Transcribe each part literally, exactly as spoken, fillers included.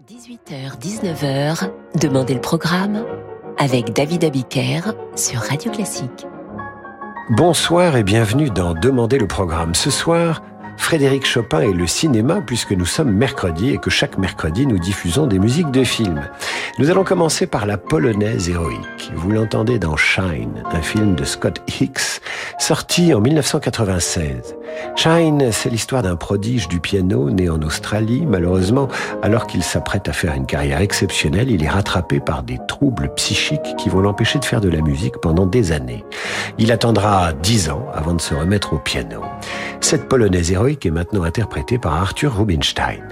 dix-huit heures dix-neuf heures, Demandez le programme avec David Abiker sur Radio Classique. Bonsoir et bienvenue dans Demandez le programme. Ce soir, Frédéric Chopin et le cinéma, puisque nous sommes mercredi et que chaque mercredi nous diffusons des musiques de films. Nous allons commencer par la polonaise héroïque. Vous l'entendez dans Shine, un film de Scott Hicks, sorti en dix-neuf cent quatre-vingt-seize. Shine, c'est l'histoire d'un prodige du piano né en Australie. Malheureusement, alors qu'il s'apprête à faire une carrière exceptionnelle, il est rattrapé par des troubles psychiques qui vont l'empêcher de faire de la musique pendant des années. Il attendra dix ans avant de se remettre au piano. Cette polonaise héroïque est maintenant interprétée par Arthur Rubinstein.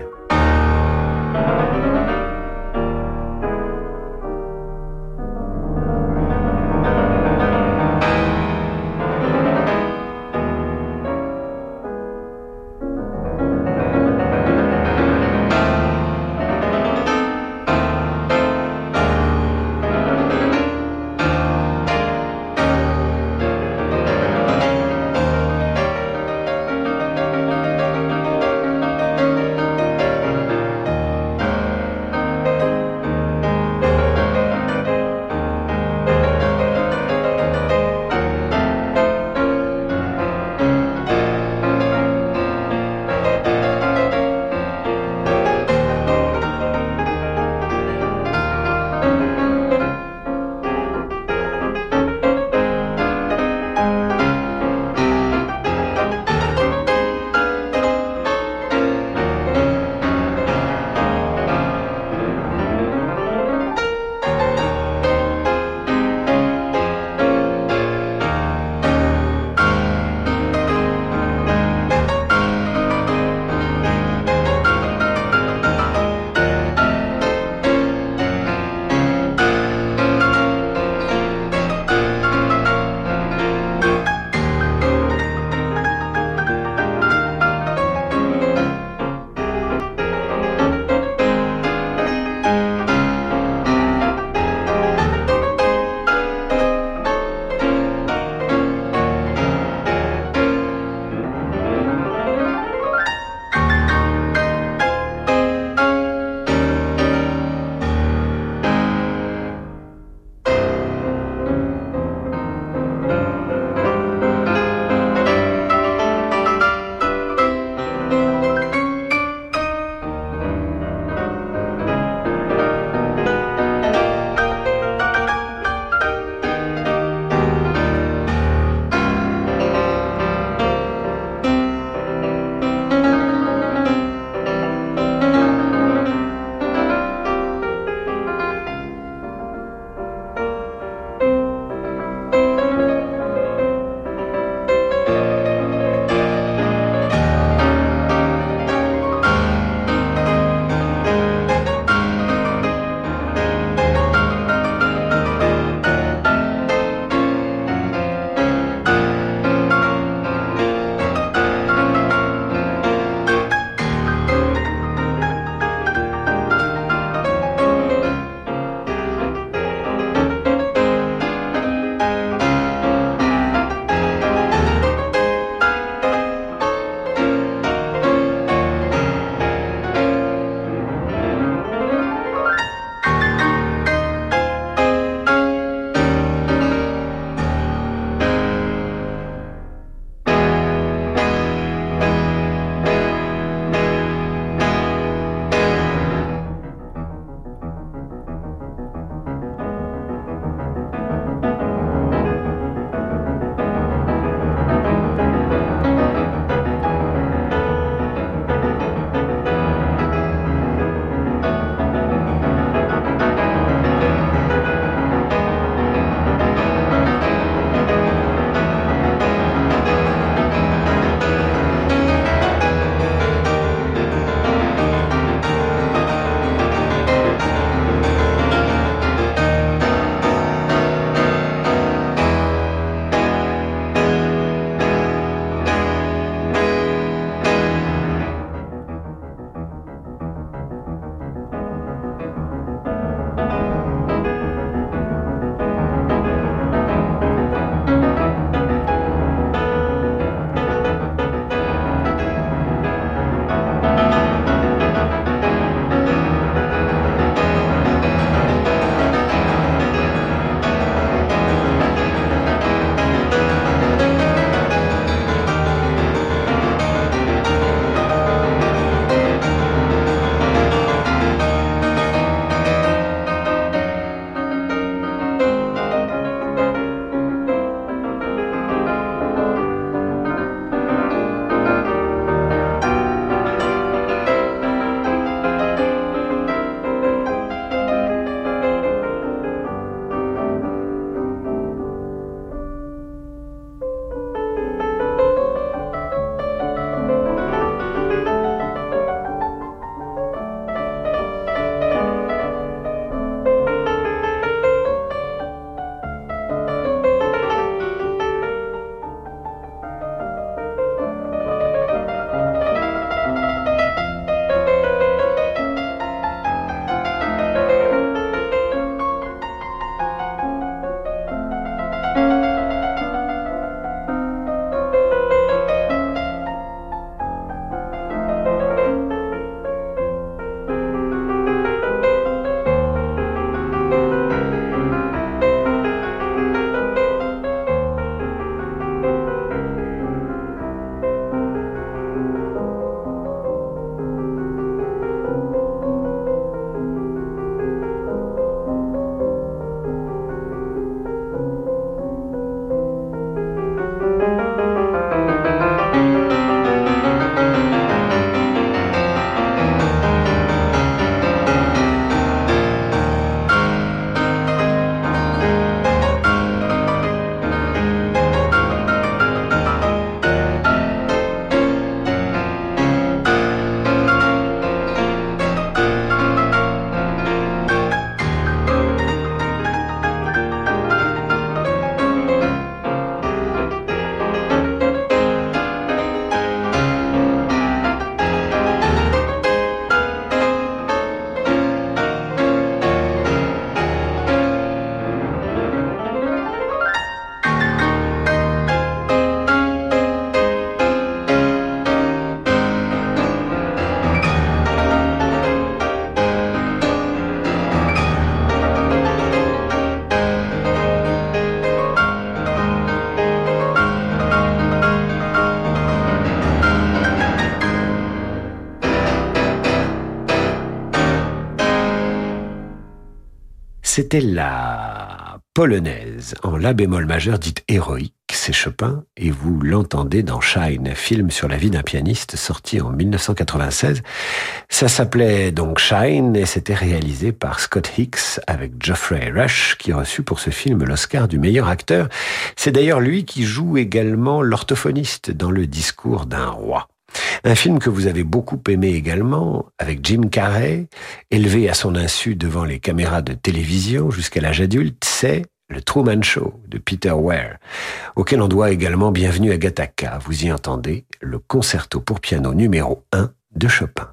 C'était la polonaise en la bémol majeur dite héroïque, c'est Chopin, et vous l'entendez dans Shine, film sur la vie d'un pianiste sorti en dix-neuf cent quatre-vingt-seize. Ça s'appelait donc Shine et c'était réalisé par Scott Hicks avec Geoffrey Rush qui reçut pour ce film l'Oscar du meilleur acteur. C'est d'ailleurs lui qui joue également l'orthophoniste dans Le discours d'un roi. Un film que vous avez beaucoup aimé également, avec Jim Carrey, élevé à son insu devant les caméras de télévision jusqu'à l'âge adulte, c'est Le Truman Show de Peter Weir, auquel on doit également Bienvenue à Gattaca. Vous y entendez le concerto pour piano numéro un de Chopin.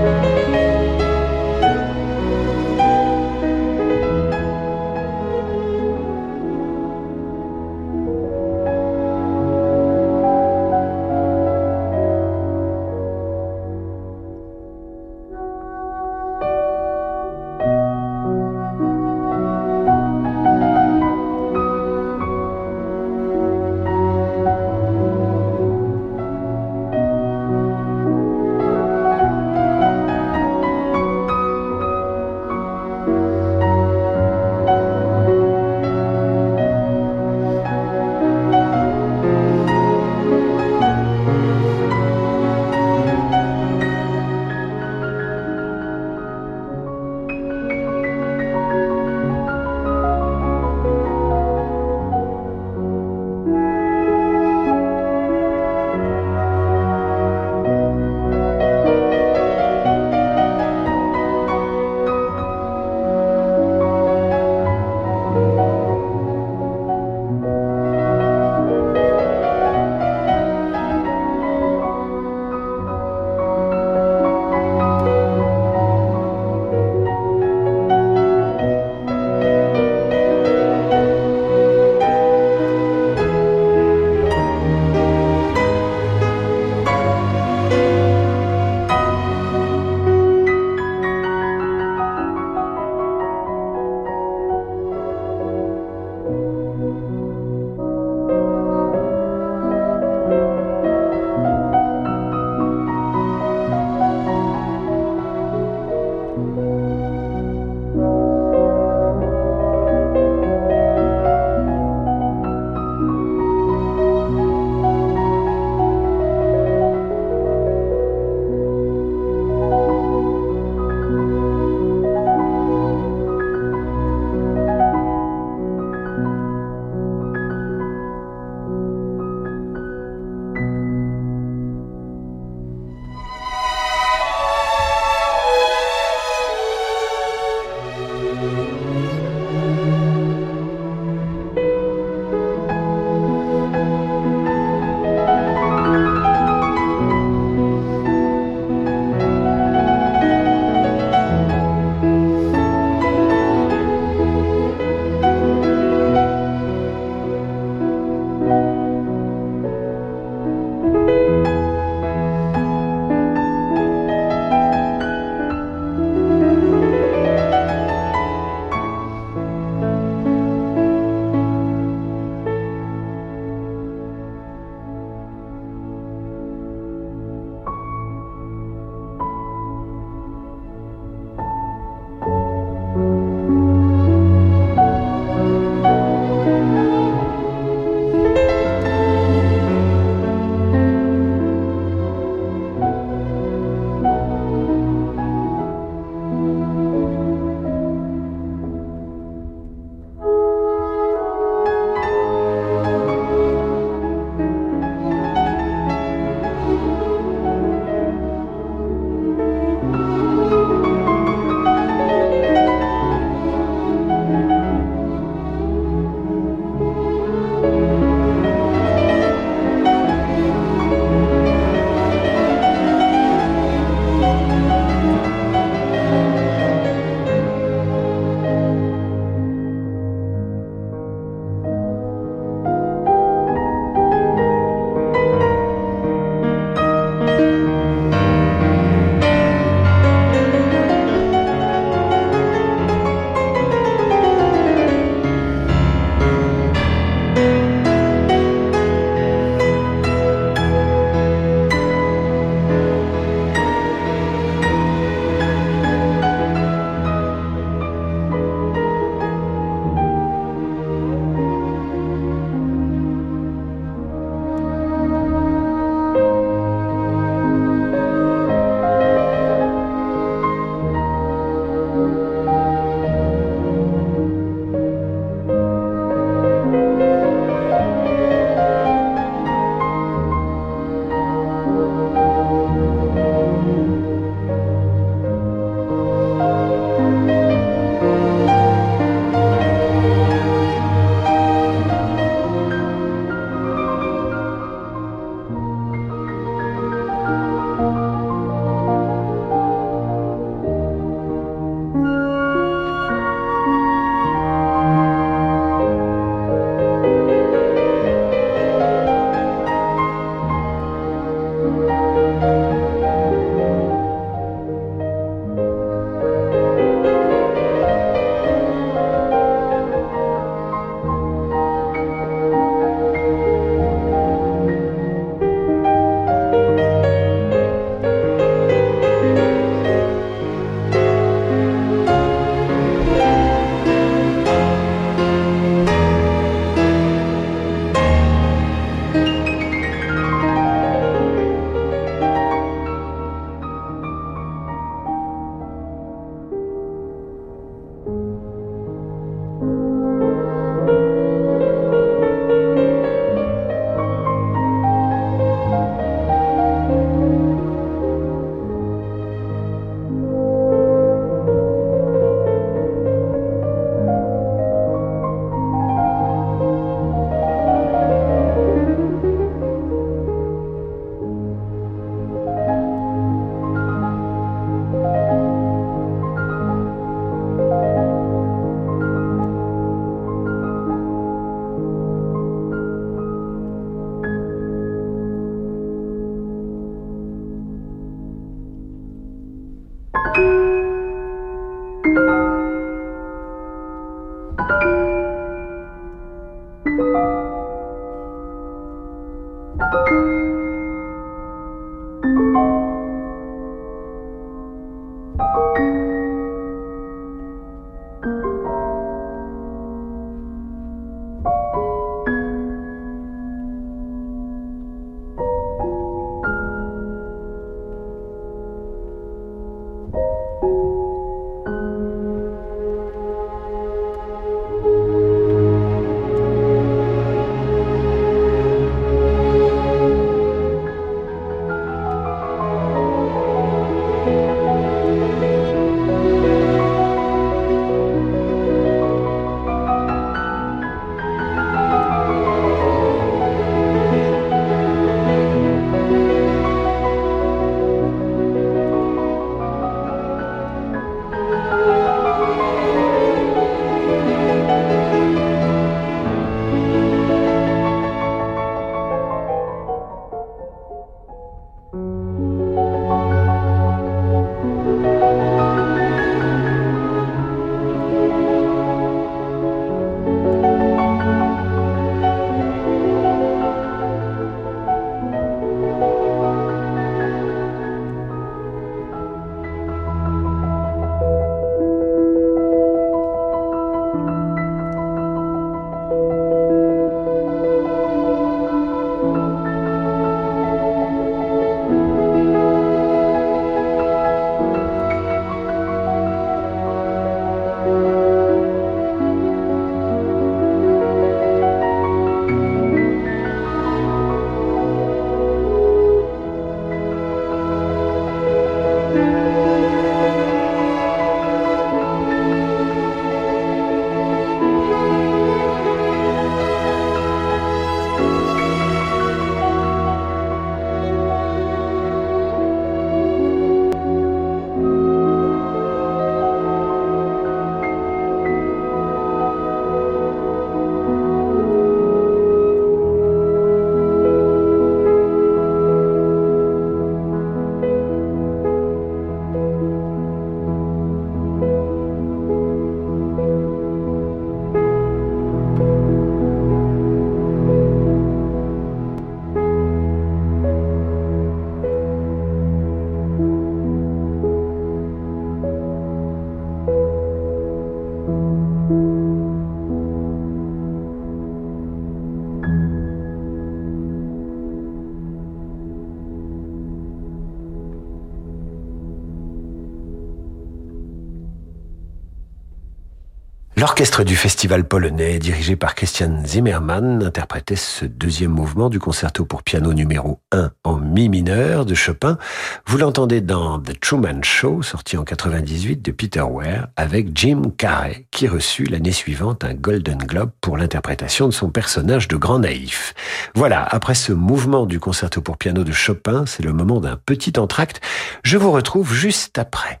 L'orchestre du festival polonais, dirigé par Christian Zimmermann, interprétait ce deuxième mouvement du concerto pour piano numéro un en mi mineur de Chopin. Vous l'entendez dans The Truman Show, sorti en quatre-vingt-dix-huit de Peter Weir, avec Jim Carrey, qui reçut l'année suivante un Golden Globe pour l'interprétation de son personnage de grand naïf. Voilà, après ce mouvement du concerto pour piano de Chopin, c'est le moment d'un petit entracte. Je vous retrouve juste après.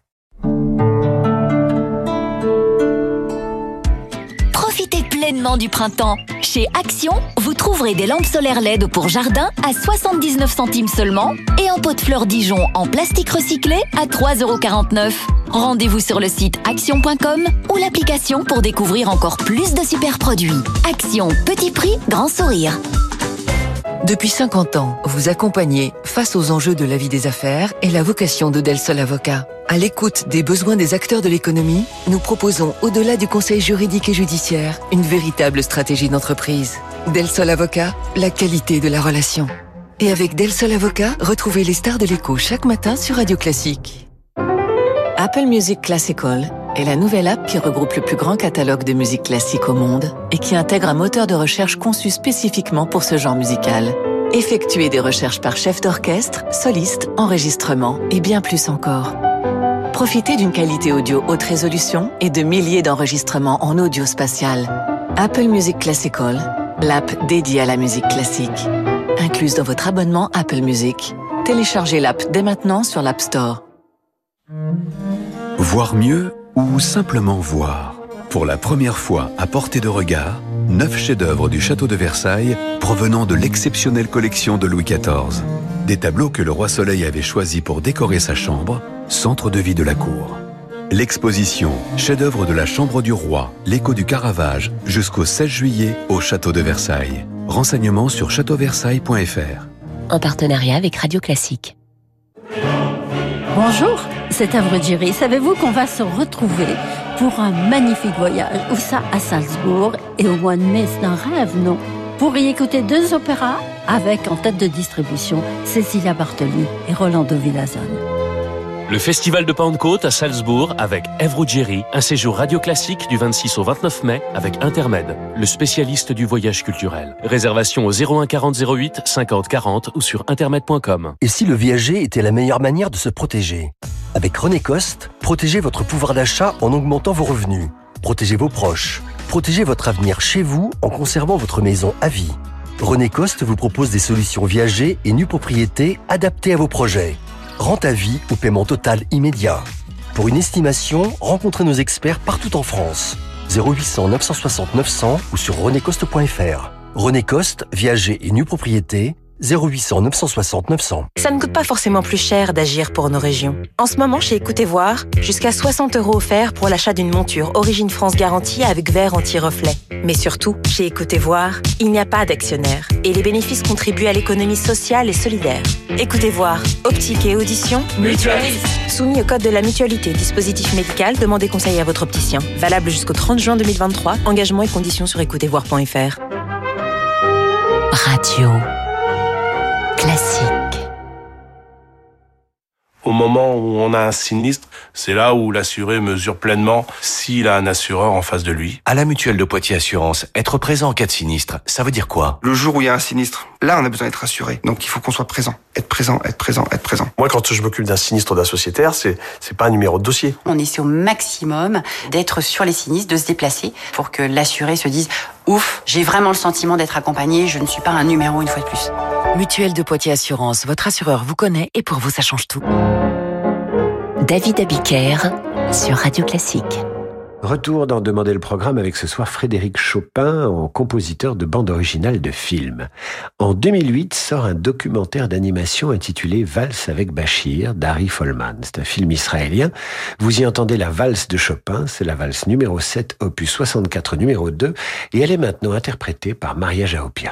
Profitez pleinement du printemps. Chez Action, vous trouverez des lampes solaires L E D pour jardin à soixante-dix-neuf centimes seulement et un pot de fleurs Dijon en plastique recyclé à trois euros quarante-neuf. Rendez-vous sur le site action point com ou l'application pour découvrir encore plus de super produits. Action, petit prix, grand sourire. Depuis cinquante ans, vous accompagnez face aux enjeux de la vie des affaires et la vocation de Del Sol Avocat. À l'écoute des besoins des acteurs de l'économie, nous proposons, au-delà du conseil juridique et judiciaire, une véritable stratégie d'entreprise. Del Sol Avocat, la qualité de la relation. Et avec Del Sol Avocat, retrouvez les stars de l'écho chaque matin sur Radio Classique. Apple Music Classical est la nouvelle app qui regroupe le plus grand catalogue de musique classique au monde et qui intègre un moteur de recherche conçu spécifiquement pour ce genre musical. Effectuez des recherches par chef d'orchestre, soliste, enregistrement et bien plus encore. Profitez d'une qualité audio haute résolution et de milliers d'enregistrements en audio spatial. Apple Music Classical, l'app dédiée à la musique classique. Incluse dans votre abonnement Apple Music. Téléchargez l'app dès maintenant sur l'App Store. Voir mieux ou simplement voir. Pour la première fois à portée de regard, neuf chefs-d'œuvre du château de Versailles provenant de l'exceptionnelle collection de Louis quatorze. Des tableaux que le roi Soleil avait choisis pour décorer sa chambre, centre de vie de la cour. L'exposition Chefs-d'œuvre de la Chambre du Roi, l'écho du Caravage, jusqu'au seize juillet au château de Versailles. Renseignements sur château versailles point f r. En partenariat avec Radio Classique. Bonjour, c'est Evry. Savez-vous qu'on va se retrouver pour un magnifique voyage, où ça à Salzbourg, et au mois de mai, c'est un rêve, non? Pour y écouter deux opéras, avec en tête de distribution Cécilia Bartoli et Rolando Villazone. Le festival de Pentecôte à Salzbourg avec Ève Ruggieri, un séjour radio classique du vingt-six au vingt-neuf mai avec Intermed, le spécialiste du voyage culturel. Réservation au zéro un quarante zéro huit cinquante quarante ou sur intermed point com. Et si le viager était la meilleure manière de se protéger? Avec René Coste, protégez votre pouvoir d'achat en augmentant vos revenus. Protégez vos proches. Protégez votre avenir chez vous en conservant votre maison à vie. René Coste vous propose des solutions viager et nue propriété adaptées à vos projets. Rente à vie ou paiement total immédiat. Pour une estimation, rencontrez nos experts partout en France. zéro huit cents neuf cent soixante neuf cents ou sur rené coste point f r. René Coste, viager et nue propriété, zéro huit cents neuf cent soixante neuf cents. Ça ne coûte pas forcément plus cher d'agir pour nos régions. En ce moment, chez Écoutez Voir, jusqu'à soixante euros offerts pour l'achat d'une monture Origine France garantie avec verre anti-reflet. Mais surtout, chez Écoutez Voir, il n'y a pas d'actionnaire et les bénéfices contribuent à l'économie sociale et solidaire. Écoutez Voir, optique et audition, mutualise. Soumis au code de la mutualité, dispositif médical, demandez conseil à votre opticien. Valable jusqu'au trente juin deux mille vingt-trois. Engagement et conditions sur écoutez voir point f r. Radio Classique. Au moment où on a un sinistre, c'est là où l'assuré mesure pleinement s'il a un assureur en face de lui. À la Mutuelle de Poitiers Assurance, être présent en cas de sinistre, ça veut dire quoi? Le jour où il y a un sinistre, là on a besoin d'être assuré. Donc il faut qu'on soit présent. Être présent, être présent, être présent. Moi quand je m'occupe d'un sinistre d'un sociétaire, c'est, c'est pas un numéro de dossier. On essaie au maximum d'être sur les sinistres, de se déplacer pour que l'assuré se dise « Ouf, j'ai vraiment le sentiment d'être accompagné, je ne suis pas un numéro une fois de plus ». Mutuelle de Poitiers Assurance, votre assureur vous connaît et pour vous ça change tout. David Abiker sur Radio Classique. Retour dans Demander le programme avec ce soir Frédéric Chopin en compositeur de bande originale de film. En deux mille huit sort un documentaire d'animation intitulé Valse avec Bachir d'Ari Folman. C'est un film israélien. Vous y entendez la valse de Chopin, c'est la valse numéro sept, opus soixante-quatre numéro deux, et elle est maintenant interprétée par Maria João Pires.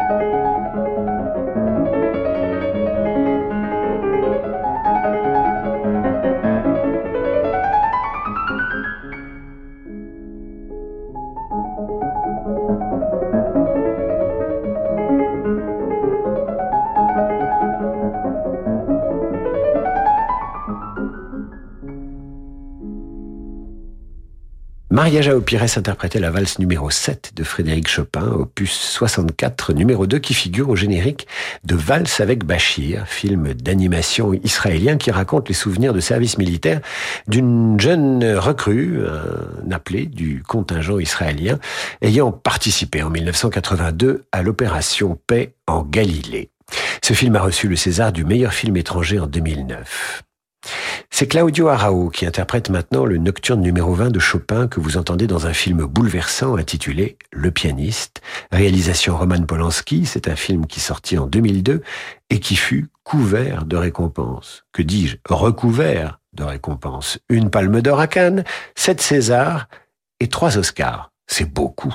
Maria João Pires interprétait la valse numéro sept de Frédéric Chopin, opus soixante-quatre, numéro deux, qui figure au générique de Valse avec Bachir, film d'animation israélien qui raconte les souvenirs de service militaire d'une jeune recrue, un appelé du contingent israélien, ayant participé en mille neuf cent quatre-vingt-deux à l'opération Paix en Galilée. Ce film a reçu le César du meilleur film étranger en deux mille neuf. C'est Claudio Arrau qui interprète maintenant le Nocturne numéro vingt de Chopin que vous entendez dans un film bouleversant intitulé Le pianiste, réalisation Roman Polanski. C'est un film qui sortit en deux mille deux et qui fut couvert de récompenses. Que dis-je, recouvert de récompenses. Une Palme d'Or à Cannes, sept Césars et trois Oscars. C'est beaucoup.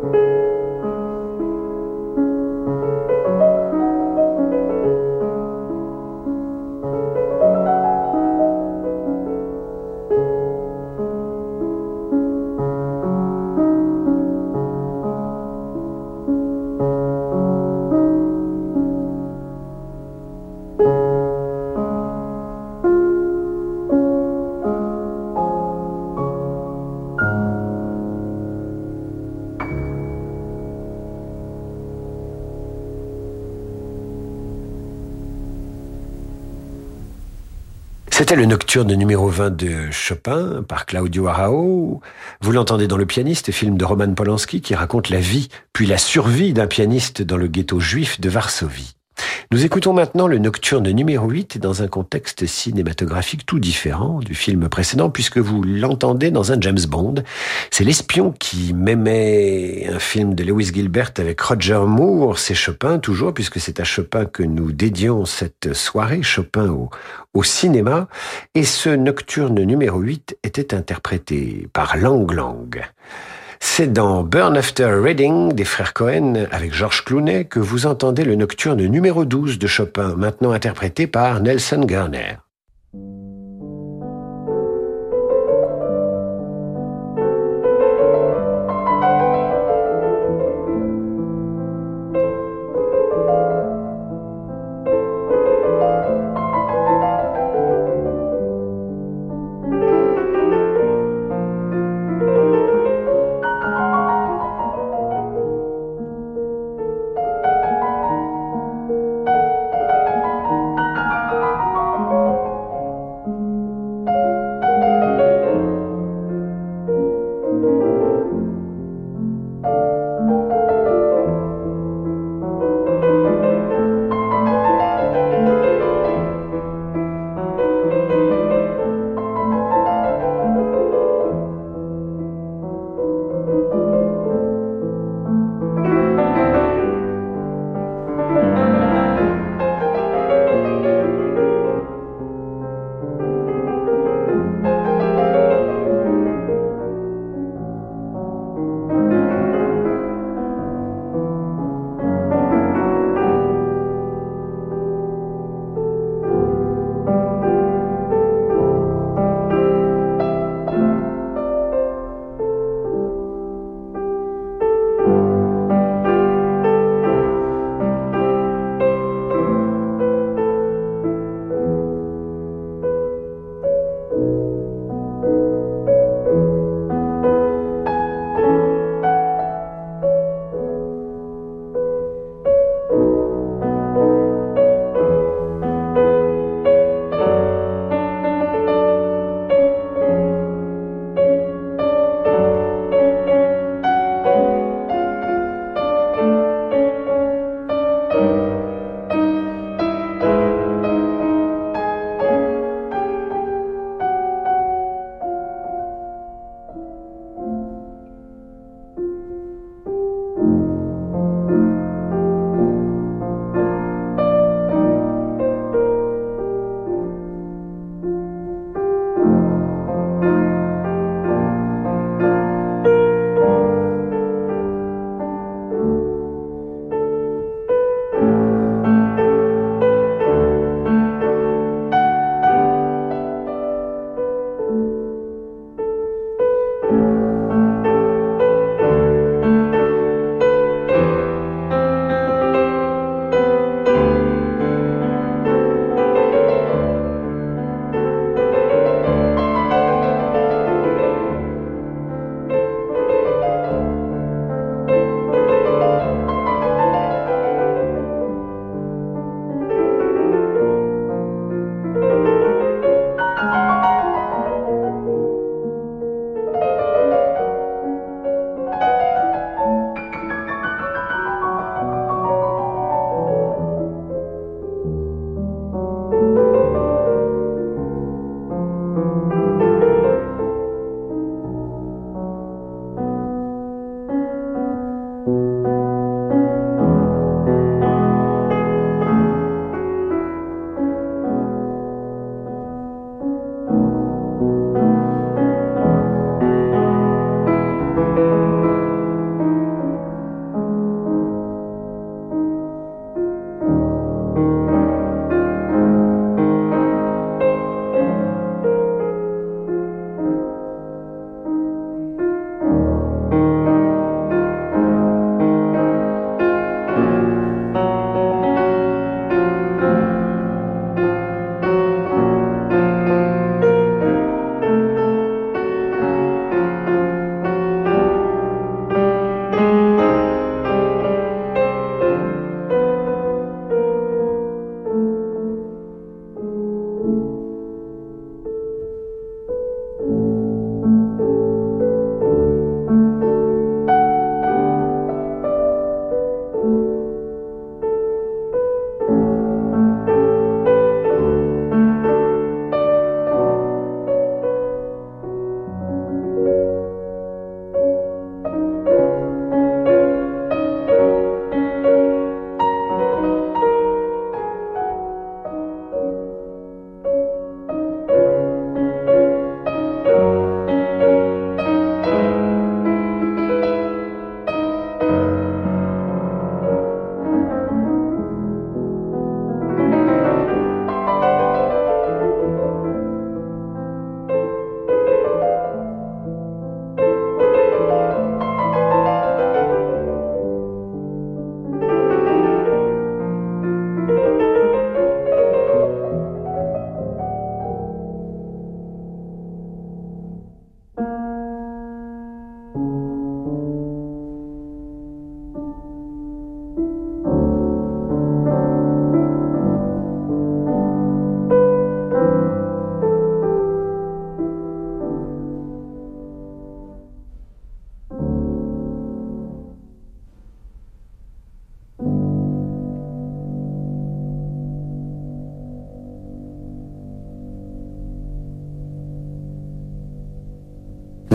C'était le nocturne numéro vingt de Chopin par Claudio Arrau. Vous l'entendez dans Le Pianiste, film de Roman Polanski qui raconte la vie puis la survie d'un pianiste dans le ghetto juif de Varsovie. Nous écoutons maintenant le nocturne numéro huit dans un contexte cinématographique tout différent du film précédent puisque vous l'entendez dans un James Bond. C'est l'espion qui m'aimait, un film de Lewis Gilbert avec Roger Moore. C'est Chopin toujours puisque c'est à Chopin que nous dédions cette soirée, Chopin au, au cinéma. Et ce nocturne numéro huit était interprété par Lang Lang. C'est dans Burn After Reading des frères Cohen avec George Clooney que vous entendez le nocturne numéro douze de Chopin, maintenant interprété par Nelson Garner. Thank you.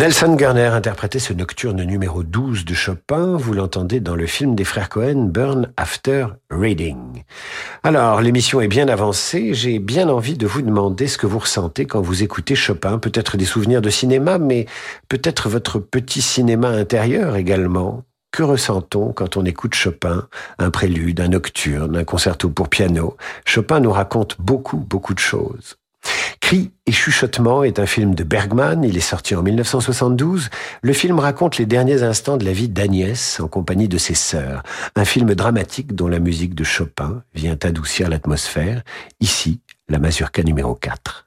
Nelson Gerner interprétait ce nocturne numéro douze de Chopin. Vous l'entendez dans le film des frères Cohen, Burn After Reading. Alors, l'émission est bien avancée. J'ai bien envie de vous demander ce que vous ressentez quand vous écoutez Chopin. Peut-être des souvenirs de cinéma, mais peut-être votre petit cinéma intérieur également. Que ressent-on quand on écoute Chopin? Un prélude, un nocturne, un concerto pour piano. Chopin nous raconte beaucoup, beaucoup de choses. Cris et chuchotements est un film de Bergman, il est sorti en dix-neuf cent soixante-douze. Le film raconte les derniers instants de la vie d'Agnès en compagnie de ses sœurs. Un film dramatique dont la musique de Chopin vient adoucir l'atmosphère. Ici, la mazurka numéro quatre.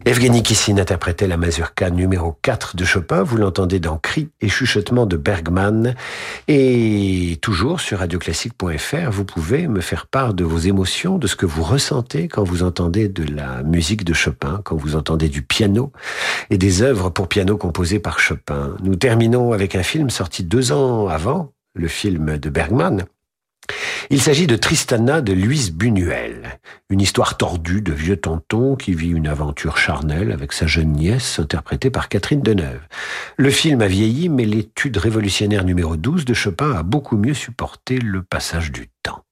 Evgeny Kissin interprétait la mazurka numéro quatre de Chopin. Vous l'entendez dans Cris et chuchotements de Bergman. Et toujours sur radio classique point f r, vous pouvez me faire part de vos émotions, de ce que vous ressentez quand vous entendez de la musique de Chopin, quand vous entendez du piano et des œuvres pour piano composées par Chopin. Nous terminons avec un film sorti deux ans avant, le film de Bergman. Il s'agit de Tristana de Luis Buñuel, une histoire tordue de vieux tonton qui vit une aventure charnelle avec sa jeune nièce interprétée par Catherine Deneuve. Le film a vieilli, mais l'étude révolutionnaire numéro douze de Chopin a beaucoup mieux supporté le passage du temps.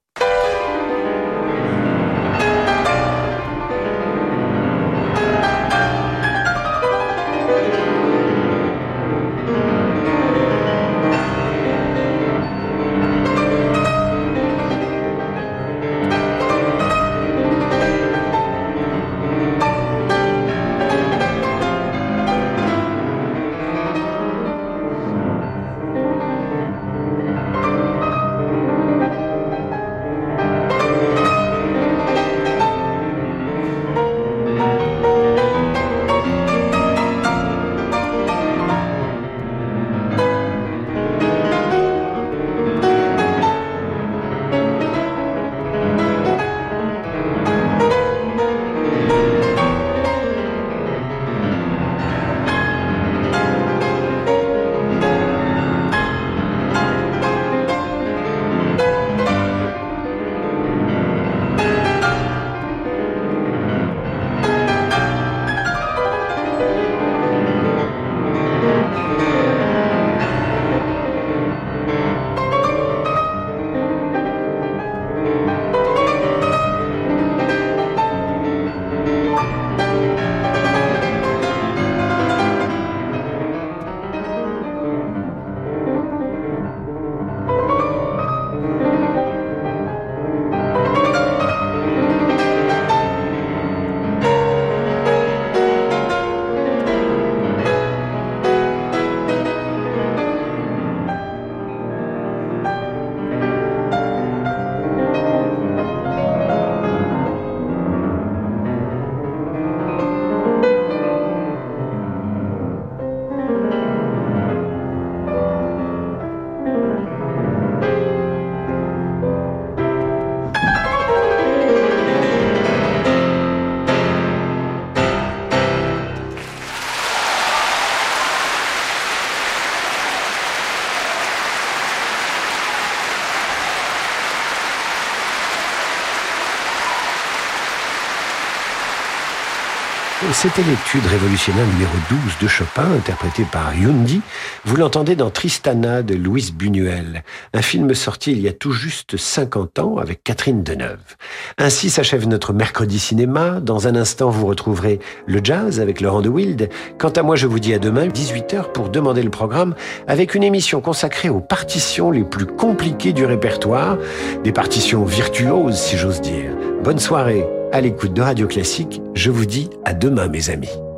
C'était l'étude révolutionnaire numéro douze de Chopin, interprétée par Yundi. Vous l'entendez dans Tristana de Luis Buñuel, un film sorti il y a tout juste cinquante ans avec Catherine Deneuve. Ainsi s'achève notre mercredi cinéma. Dans un instant, vous retrouverez le jazz avec Laurent de Wild. Quant à moi, je vous dis à demain, dix-huit heures, pour demander le programme, avec une émission consacrée aux partitions les plus compliquées du répertoire, des partitions virtuoses, si j'ose dire. Bonne soirée. À l'écoute de Radio Classique, je vous dis à demain mes amis.